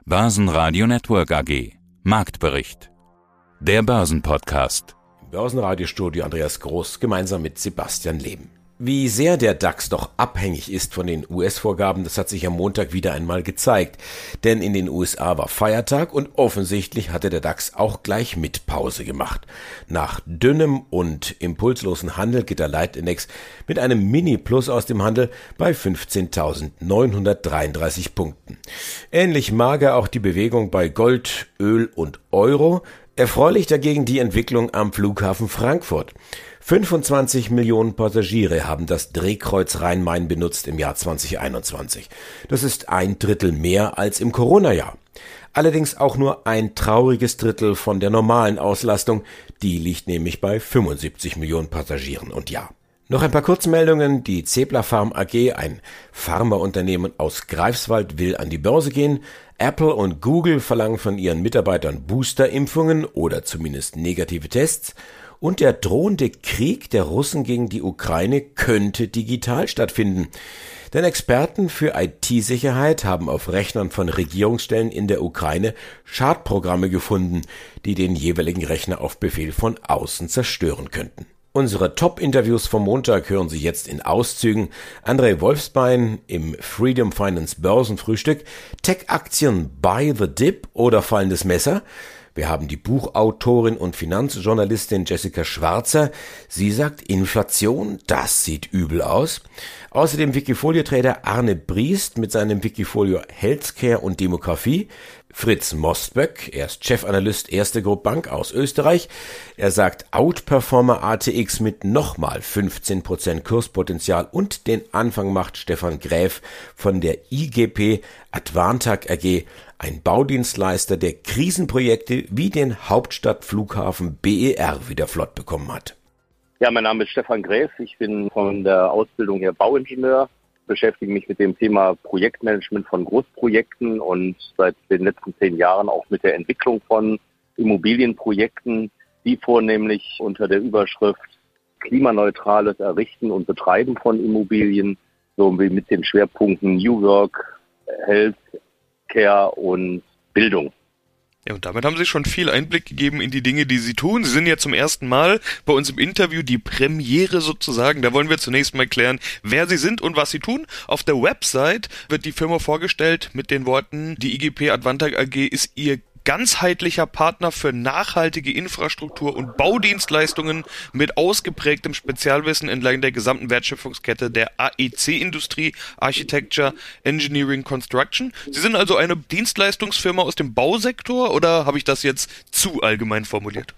Börsenradio Network AG. Marktbericht. Der Börsenpodcast. Im Börsenradiostudio Andreas Groß gemeinsam mit Sebastian Leben. Wie sehr der DAX doch abhängig ist von den US-Vorgaben, das hat sich am Montag wieder einmal gezeigt. Denn in den USA war Feiertag und offensichtlich hatte der DAX auch gleich mit Pause gemacht. Nach dünnem und impulslosen Handel geht der Leitindex mit einem Mini-Plus aus dem Handel bei 15.933 Punkten. Ähnlich mager auch die Bewegung bei Gold, Öl und Euro. Erfreulich dagegen die Entwicklung am Flughafen Frankfurt. 25 Millionen Passagiere haben das Drehkreuz Rhein-Main benutzt im Jahr 2021. Das ist 1/3 mehr als im Corona-Jahr. Allerdings auch nur ein trauriges Drittel von der normalen Auslastung. Die liegt nämlich bei 75 Millionen Passagieren. Und ja, noch ein paar Kurzmeldungen. Die Cebla Pharm AG, ein Pharmaunternehmen aus Greifswald, will an die Börse gehen. Apple und Google verlangen von ihren Mitarbeitern Boosterimpfungen oder zumindest negative Tests. Und der drohende Krieg der Russen gegen die Ukraine könnte digital stattfinden. Denn Experten für IT-Sicherheit haben auf Rechnern von Regierungsstellen in der Ukraine Schadprogramme gefunden, die den jeweiligen Rechner auf Befehl von außen zerstören könnten. Unsere Top-Interviews vom Montag hören Sie jetzt in Auszügen. André Wolfsbein im Freedom Finance Börsenfrühstück, Tech-Aktien buy the dip oder fallendes Messer. Wir haben die Buchautorin und Finanzjournalistin Jessica Schwarzer. Sie sagt, Inflation, das sieht übel aus. Außerdem Wikifolio-Trader Arne Briest mit seinem Wikifolio Healthcare und Demografie. Fritz Mostböck, er ist Chefanalyst Erste Group Bank aus Österreich. Er sagt, Outperformer ATX mit nochmal 15% Kurspotenzial und den Anfang macht Stefan Gräf von der IGP Advantag AG, ein Baudienstleister, der Krisenprojekte wie den Hauptstadtflughafen BER wieder flott bekommen hat. Ja, mein Name ist Stefan Gräf. Ich bin von der Ausbildung her Bauingenieur, beschäftige mich mit dem Thema Projektmanagement von Großprojekten und seit den letzten 10 Jahren auch mit der Entwicklung von Immobilienprojekten, die vornehmlich unter der Überschrift klimaneutrales Errichten und Betreiben von Immobilien, so wie mit den Schwerpunkten New Work, Healthcare und Bildung. Ja, und damit haben Sie schon viel Einblick gegeben in die Dinge, die Sie tun. Sie sind ja zum ersten Mal bei uns im Interview, die Premiere sozusagen. Da wollen wir zunächst mal klären, wer Sie sind und was Sie tun. Auf der Website wird die Firma vorgestellt mit den Worten, die IGP Advantag AG ist Ihr ganzheitlicher Partner für nachhaltige Infrastruktur und Baudienstleistungen mit ausgeprägtem Spezialwissen entlang der gesamten Wertschöpfungskette der AEC-Industrie, Architecture, Engineering, Construction. Sie sind also eine Dienstleistungsfirma aus dem Bausektor oder habe ich das jetzt zu allgemein formuliert?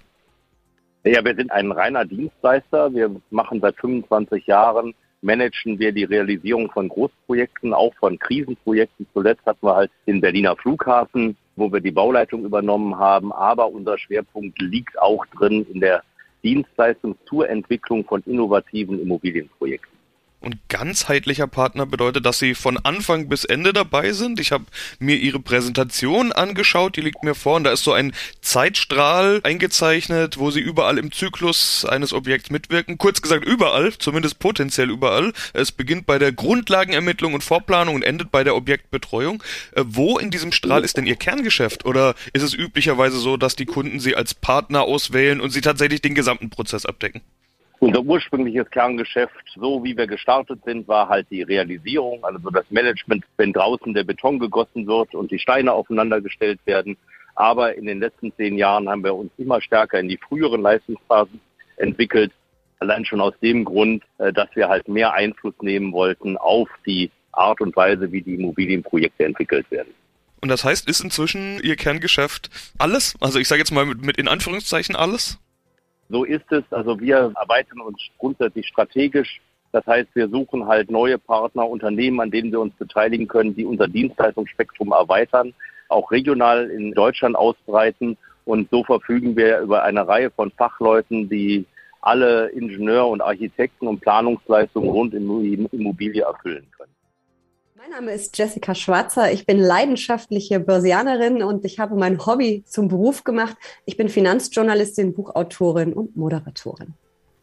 Ja, wir sind ein reiner Dienstleister. Wir machen seit 25 Jahren, managen wir die Realisierung von Großprojekten, auch von Krisenprojekten. Zuletzt hatten wir halt den Berliner Flughafen, wo wir die Bauleitung übernommen haben. Aber unser Schwerpunkt liegt auch drin in der Dienstleistung zur Entwicklung von innovativen Immobilienprojekten. Und ganzheitlicher Partner bedeutet, dass Sie von Anfang bis Ende dabei sind. Ich habe mir Ihre Präsentation angeschaut, die liegt mir vor und da ist so ein Zeitstrahl eingezeichnet, wo Sie überall im Zyklus eines Objekts mitwirken. Kurz gesagt überall, zumindest potenziell überall. Es beginnt bei der Grundlagenermittlung und Vorplanung und endet bei der Objektbetreuung. Wo in diesem Strahl ist denn Ihr Kerngeschäft? Oder ist es üblicherweise so, dass die Kunden Sie als Partner auswählen und Sie tatsächlich den gesamten Prozess abdecken? Unser ursprüngliches Kerngeschäft, so wie wir gestartet sind, war halt die Realisierung, also das Management, wenn draußen der Beton gegossen wird und die Steine aufeinander gestellt werden. Aber in den letzten 10 Jahren haben wir uns immer stärker in die früheren Leistungsphasen entwickelt. Allein schon aus dem Grund, dass wir halt mehr Einfluss nehmen wollten auf die Art und Weise, wie die Immobilienprojekte entwickelt werden. Und das heißt, ist inzwischen Ihr Kerngeschäft alles? Also ich sage jetzt mal mit in Anführungszeichen alles? So ist es. Also wir arbeiten uns grundsätzlich strategisch. Das heißt, wir suchen halt neue Partner, Unternehmen, an denen wir uns beteiligen können, die unser Dienstleistungsspektrum erweitern, auch regional in Deutschland ausbreiten. Und so verfügen wir über eine Reihe von Fachleuten, die alle Ingenieur- und Architekten- und Planungsleistungen rund um Immobilie erfüllen können. Mein Name ist Jessica Schwarzer. Ich bin leidenschaftliche Börsianerin und ich habe mein Hobby zum Beruf gemacht. Ich bin Finanzjournalistin, Buchautorin und Moderatorin.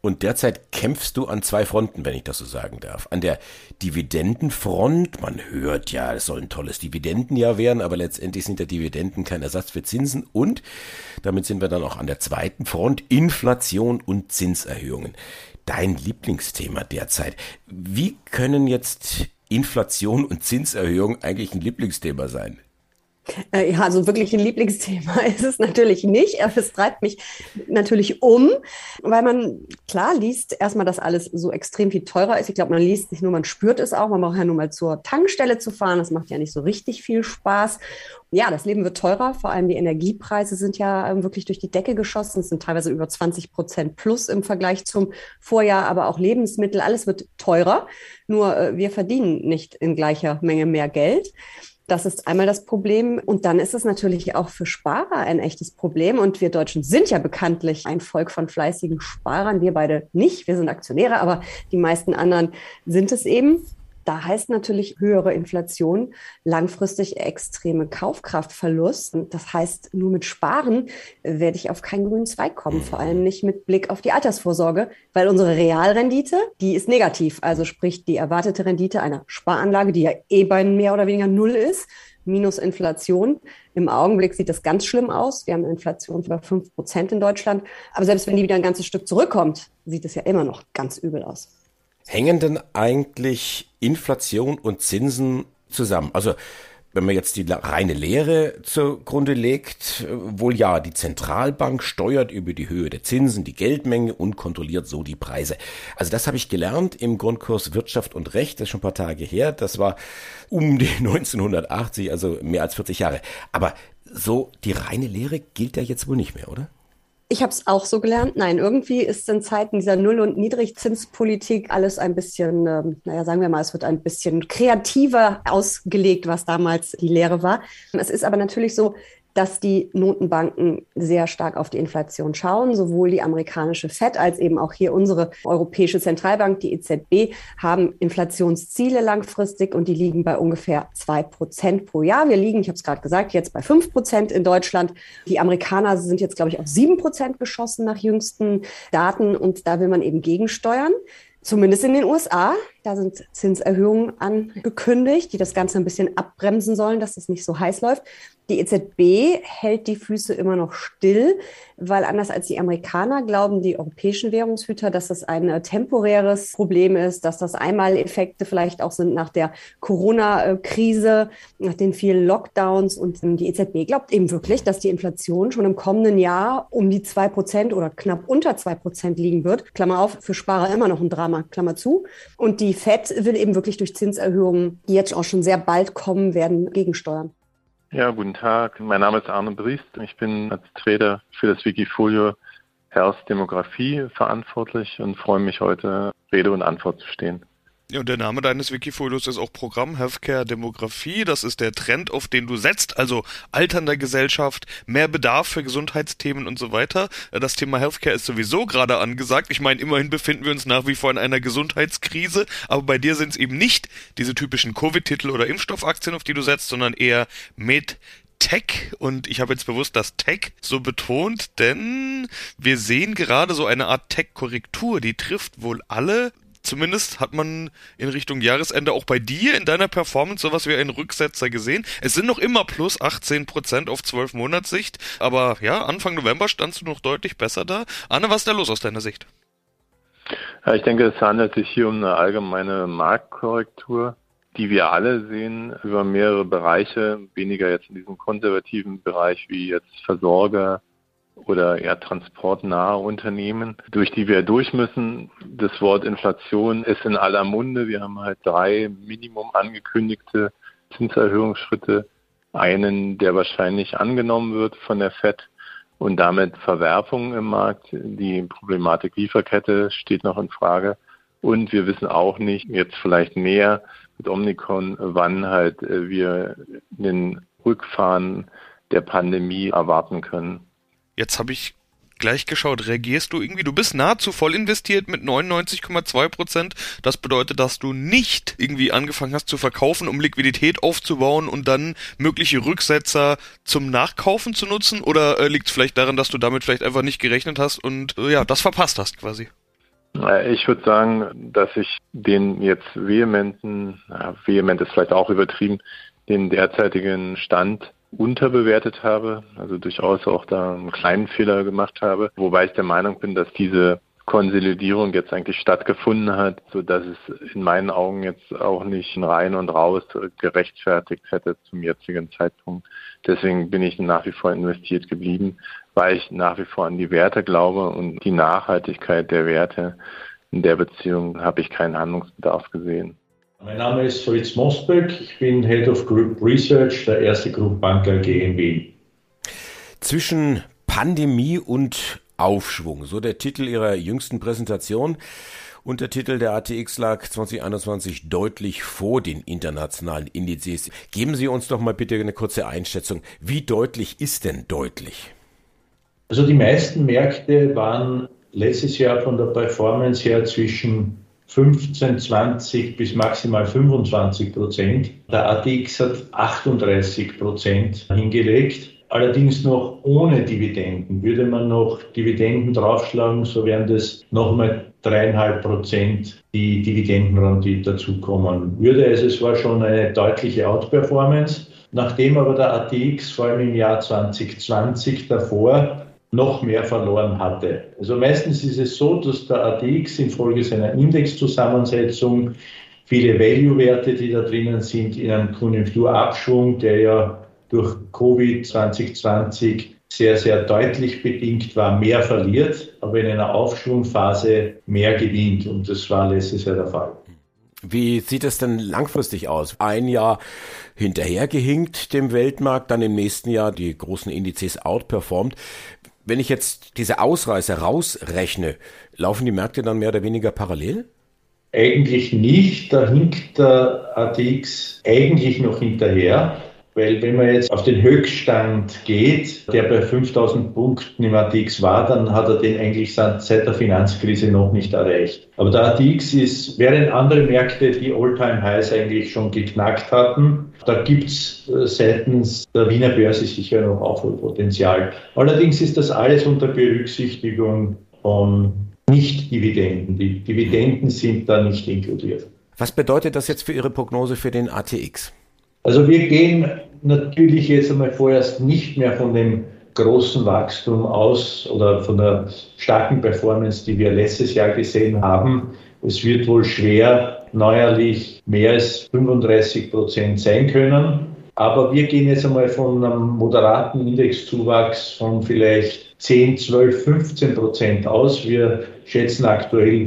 Und derzeit kämpfst du an zwei Fronten, wenn ich das so sagen darf. An der Dividendenfront, man hört ja, es soll ein tolles Dividendenjahr werden, aber letztendlich sind ja Dividenden kein Ersatz für Zinsen. Und damit sind wir dann auch an der zweiten Front, Inflation und Zinserhöhungen. Dein Lieblingsthema derzeit. Wie können jetzt Inflation und Zinserhöhung eigentlich ein Lieblingsthema sein? Ja, also wirklich ein Lieblingsthema ist es natürlich nicht, aber es treibt mich natürlich um, weil man klar liest erstmal, dass alles so extrem viel teurer ist. Ich glaube, man liest nicht nur, man spürt es auch. Man braucht ja nur mal zur Tankstelle zu fahren. Das macht ja nicht so richtig viel Spaß. Ja, das Leben wird teurer. Vor allem die Energiepreise sind ja wirklich durch die Decke geschossen. Es sind teilweise über 20% plus im Vergleich zum Vorjahr, aber auch Lebensmittel. Alles wird teurer. Nur wir verdienen nicht in gleicher Menge mehr Geld. Das ist einmal das Problem. Und dann ist es natürlich auch für Sparer ein echtes Problem. Und wir Deutschen sind ja bekanntlich ein Volk von fleißigen Sparern. Wir beide nicht. Wir sind Aktionäre, aber die meisten anderen sind es eben. Da heißt natürlich höhere Inflation langfristig extreme Kaufkraftverlust. Und das heißt, nur mit Sparen werde ich auf keinen grünen Zweig kommen, vor allem nicht mit Blick auf die Altersvorsorge, weil unsere Realrendite, die ist negativ. Also sprich die erwartete Rendite einer Sparanlage, die ja bei mehr oder weniger null ist, minus Inflation. Im Augenblick sieht das ganz schlimm aus. Wir haben eine Inflation von über 5% in Deutschland. Aber selbst wenn die wieder ein ganzes Stück zurückkommt, sieht es ja immer noch ganz übel aus. Hängen denn eigentlich Inflation und Zinsen zusammen? Also wenn man jetzt die reine Lehre zugrunde legt, wohl ja, die Zentralbank steuert über die Höhe der Zinsen die Geldmenge und kontrolliert so die Preise. Also das habe ich gelernt im Grundkurs Wirtschaft und Recht, das ist schon ein paar Tage her, das war um die 1980, also mehr als 40 Jahre. Aber so die reine Lehre gilt ja jetzt wohl nicht mehr, oder? Ich habe es auch so gelernt. Nein, irgendwie ist in Zeiten dieser Null- und Niedrigzinspolitik alles ein bisschen, sagen wir mal, es wird ein bisschen kreativer ausgelegt, was damals die Lehre war. Es ist aber natürlich so, dass die Notenbanken sehr stark auf die Inflation schauen. Sowohl die amerikanische FED als eben auch hier unsere Europäische Zentralbank, die EZB, haben Inflationsziele langfristig und die liegen bei ungefähr 2% pro Jahr. Wir liegen, ich habe es gerade gesagt, jetzt bei 5% in Deutschland. Die Amerikaner sind jetzt, glaube ich, auf 7% geschossen nach jüngsten Daten und da will man eben gegensteuern. Zumindest in den USA, da sind Zinserhöhungen angekündigt, die das Ganze ein bisschen abbremsen sollen, dass es nicht so heiß läuft. Die EZB hält die Füße immer noch still, weil anders als die Amerikaner glauben die europäischen Währungshüter, dass das ein temporäres Problem ist, dass das Einmaleffekte vielleicht auch sind nach der Corona-Krise, nach den vielen Lockdowns. Und die EZB glaubt eben wirklich, dass die Inflation schon im kommenden Jahr um die 2% oder knapp unter 2% liegen wird. Klammer auf, für Sparer immer noch ein Drama, Klammer zu. Und die FED will eben wirklich durch Zinserhöhungen, die jetzt auch schon sehr bald kommen werden, gegensteuern. Ja, guten Tag. Mein Name ist Arne Briest. Ich bin als Trader für das Wikifolio Health Demografie verantwortlich und freue mich heute, Rede und Antwort zu stehen. Ja, und der Name deines Wikifolios ist auch Programm Healthcare Demografie. Das ist der Trend, auf den du setzt, also alternder Gesellschaft, mehr Bedarf für Gesundheitsthemen und so weiter. Das Thema Healthcare ist sowieso gerade angesagt. Ich meine, immerhin befinden wir uns nach wie vor in einer Gesundheitskrise, aber bei dir sind es eben nicht diese typischen Covid-Titel oder Impfstoffaktien, auf die du setzt, sondern eher Tech, und ich habe jetzt bewusst das Tech so betont, denn wir sehen gerade so eine Art Tech-Korrektur, die trifft wohl alle. Zumindest hat man in Richtung Jahresende auch bei dir in deiner Performance sowas wie einen Rücksetzer gesehen. Es sind noch immer plus 18% auf 12 Monatssicht, aber ja, Anfang November standst du noch deutlich besser da. Arne, was ist da los aus deiner Sicht? Ja, ich denke, es handelt sich hier um eine allgemeine Marktkorrektur, die wir alle sehen über mehrere Bereiche, weniger jetzt in diesem konservativen Bereich wie jetzt Versorger oder eher transportnahe Unternehmen, durch die wir durch müssen. Das Wort Inflation ist in aller Munde. Wir haben halt 3 Minimum angekündigte Zinserhöhungsschritte. Einen, der wahrscheinlich angenommen wird von der FED und damit Verwerfungen im Markt. Die Problematik Lieferkette steht noch in Frage. Und wir wissen auch nicht, jetzt vielleicht mehr mit Omikron, wann halt wir den Rückfahren der Pandemie erwarten können. Jetzt habe ich gleich geschaut, reagierst du irgendwie, du bist nahezu voll investiert mit 99,2%. Das bedeutet, dass du nicht irgendwie angefangen hast zu verkaufen, um Liquidität aufzubauen und dann mögliche Rücksetzer zum Nachkaufen zu nutzen? Oder liegt es vielleicht daran, dass du damit vielleicht einfach nicht gerechnet hast und das verpasst hast quasi? Ich würde sagen, dass ich den jetzt vehement ist vielleicht auch übertrieben, den derzeitigen Stand unterbewertet habe, also durchaus auch da einen kleinen Fehler gemacht habe, wobei ich der Meinung bin, dass diese Konsolidierung jetzt eigentlich stattgefunden hat, sodass es in meinen Augen jetzt auch nicht ein Rein und Raus gerechtfertigt hätte zum jetzigen Zeitpunkt. Deswegen bin ich nach wie vor investiert geblieben, weil ich nach wie vor an die Werte glaube und die Nachhaltigkeit der Werte. In der Beziehung habe ich keinen Handlungsbedarf gesehen. Mein Name ist Fritz Mosberg, ich bin Head of Group Research der Erste Group Bank AG in Wien. Zwischen Pandemie und Aufschwung, so der Titel Ihrer jüngsten Präsentation. Untertitel der ATX lag 2021 deutlich vor den internationalen Indizes. Geben Sie uns doch mal bitte eine kurze Einschätzung. Wie deutlich ist denn deutlich? Also die meisten Märkte waren letztes Jahr von der Performance her zwischen 15, 20 bis maximal 25%. Der ATX hat 38% hingelegt. Allerdings noch ohne Dividenden. Würde man noch Dividenden draufschlagen, so wären das nochmal 3,5% die Dividendenrendite dazukommen würde. Also es war schon eine deutliche Outperformance. Nachdem aber der ATX vor allem im Jahr 2020 davor noch mehr verloren hatte. Also meistens ist es so, dass der ATX infolge seiner Indexzusammensetzung viele Value-Werte, die da drinnen sind, in einem Konjunkturabschwung, der ja durch Covid 2020 sehr, sehr deutlich bedingt war, mehr verliert, aber in einer Aufschwungphase mehr gewinnt. Und das war letztes Jahr der Fall. Wie sieht es denn langfristig aus? Ein Jahr hinterhergehinkt dem Weltmarkt, dann im nächsten Jahr die großen Indizes outperformt. Wenn ich jetzt diese Ausreißer rausrechne, laufen die Märkte dann mehr oder weniger parallel? Eigentlich nicht. Da hinkt der ATX eigentlich noch hinterher. Weil wenn man jetzt auf den Höchststand geht, der bei 5.000 Punkten im ATX war, dann hat er den eigentlich seit der Finanzkrise noch nicht erreicht. Aber der ATX ist, während andere Märkte die All-Time-Highs eigentlich schon geknackt hatten, da gibt's seitens der Wiener Börse sicher noch Aufholpotenzial. Allerdings ist das alles unter Berücksichtigung von Nicht-Dividenden. Die Dividenden sind da nicht inkludiert. Was bedeutet das jetzt für Ihre Prognose für den ATX? Also wir gehen natürlich jetzt einmal vorerst nicht mehr von dem großen Wachstum aus oder von der starken Performance, die wir letztes Jahr gesehen haben. Es wird wohl schwer neuerlich mehr als 35% sein können. Aber wir gehen jetzt einmal von einem moderaten Indexzuwachs von vielleicht 10, 12, 15% aus. Wir schätzen aktuell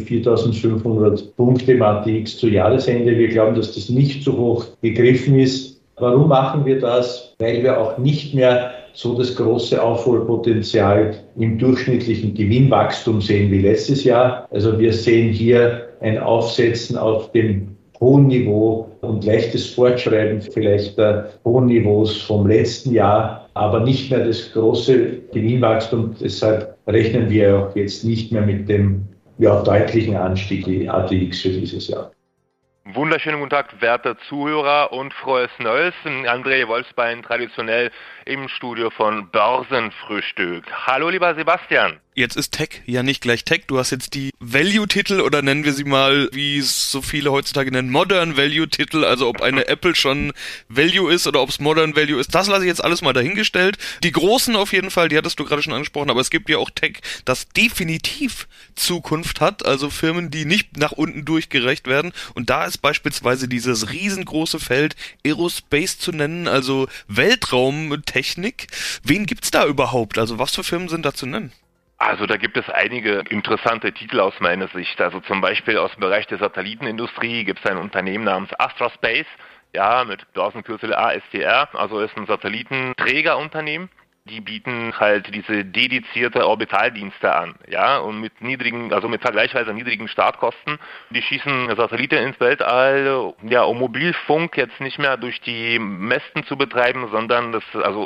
4.500 Punkte im ATX zu Jahresende. Wir glauben, dass das nicht so hoch gegriffen ist. Warum machen wir das? Weil wir auch nicht mehr so das große Aufholpotenzial im durchschnittlichen Gewinnwachstum sehen wie letztes Jahr. Also wir sehen hier ein Aufsetzen auf dem hohen Niveau und leichtes Fortschreiben vielleicht der hohen Niveaus vom letzten Jahr, aber nicht mehr das große Gewinnwachstum. Deshalb rechnen wir auch jetzt nicht mehr mit dem deutlichen Anstieg der ATX für dieses Jahr. Wunderschönen guten Tag, werte Zuhörer und frohes Neues. André Wolfsbein traditionell im Studio von Börsenfrühstück. Hallo lieber Sebastian. Jetzt ist Tech ja nicht gleich Tech. Du hast jetzt die Value-Titel oder nennen wir sie mal, wie es so viele heutzutage nennen, Modern Value-Titel. Also ob eine Apple schon Value ist oder ob es Modern Value ist, das lasse ich jetzt alles mal dahingestellt. Die großen auf jeden Fall, die hattest du gerade schon angesprochen, aber es gibt ja auch Tech, das definitiv Zukunft hat. Also Firmen, die nicht nach unten durchgereicht werden. Und da ist beispielsweise dieses riesengroße Feld Aerospace zu nennen, also Weltraumtechnik. Wen gibt's da überhaupt? Also was für Firmen sind da zu nennen? Also da gibt es einige interessante Titel aus meiner Sicht. Also zum Beispiel aus dem Bereich der Satellitenindustrie gibt es ein Unternehmen namens Astrospace, ja, mit Börsenkürzel ASTR, also ist ein Satellitenträgerunternehmen. Die bieten halt diese dedizierte Orbitaldienste an, ja, und mit vergleichsweise niedrigen Startkosten. Die schießen Satelliten ins Weltall, ja, um Mobilfunk jetzt nicht mehr durch die Mästen zu betreiben, sondern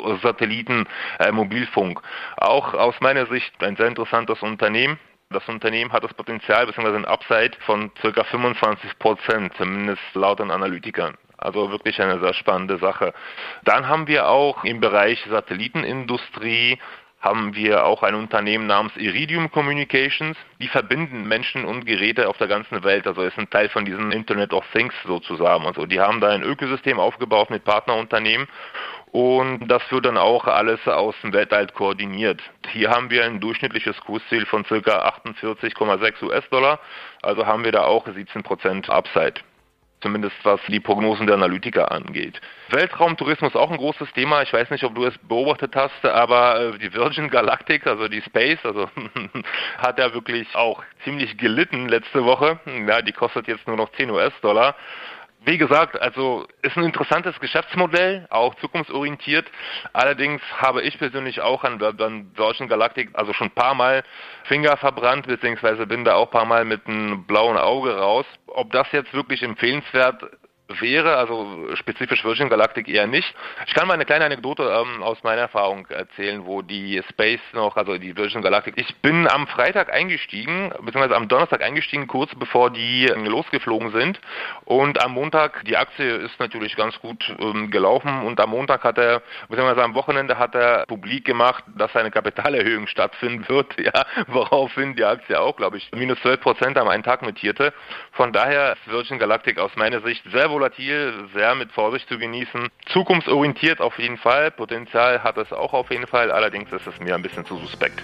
Satelliten-Mobilfunk. Auch aus meiner Sicht ein sehr interessantes Unternehmen. Das Unternehmen hat das Potenzial bzw. ein Upside von ca. 25%, zumindest laut den Analytikern. Also wirklich eine sehr spannende Sache. Dann haben wir auch im Bereich Satellitenindustrie haben wir auch ein Unternehmen namens Iridium Communications. Die verbinden Menschen und Geräte auf der ganzen Welt. Also ist ein Teil von diesem Internet of Things sozusagen. Also die haben da ein Ökosystem aufgebaut mit Partnerunternehmen. Und das wird dann auch alles aus dem Weltall koordiniert. Hier haben wir ein durchschnittliches Kursziel von ca. 48,6 US-Dollar. Also haben wir da auch 17% Upside. Zumindest was die Prognosen der Analytiker angeht. Weltraumtourismus auch ein großes Thema. Ich weiß nicht, ob du es beobachtet hast, aber die Virgin Galactic, also die Space, hat ja wirklich auch ziemlich gelitten letzte Woche. Ja, die kostet jetzt nur noch 10 US-Dollar. Wie gesagt, also ist ein interessantes Geschäftsmodell, auch zukunftsorientiert. Allerdings habe ich persönlich auch an Virgin Galactic also schon ein paar Mal Finger verbrannt, beziehungsweise bin da auch ein paar Mal mit einem blauen Auge raus. Ob das jetzt wirklich empfehlenswert wäre, also spezifisch Virgin Galactic eher nicht. Ich kann mal eine kleine Anekdote aus meiner Erfahrung erzählen, wo die Space also die Virgin Galactic, ich bin am Freitag eingestiegen, beziehungsweise am Donnerstag eingestiegen, kurz bevor die losgeflogen sind, und am Montag, die Aktie ist natürlich ganz gut gelaufen, und am Montag beziehungsweise am Wochenende hat er publik gemacht, dass eine Kapitalerhöhung stattfinden wird, ja, woraufhin die Aktie auch, glaube ich, minus 12% am einen Tag notierte. Von daher ist Virgin Galactic aus meiner Sicht sehr volatil, sehr mit Vorsicht zu genießen. Zukunftsorientiert auf jeden Fall. Potenzial hat es auch auf jeden Fall. Allerdings ist es mir ein bisschen zu suspekt.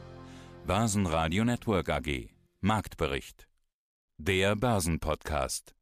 Börsenradio Network AG. Marktbericht. Der Börsenpodcast.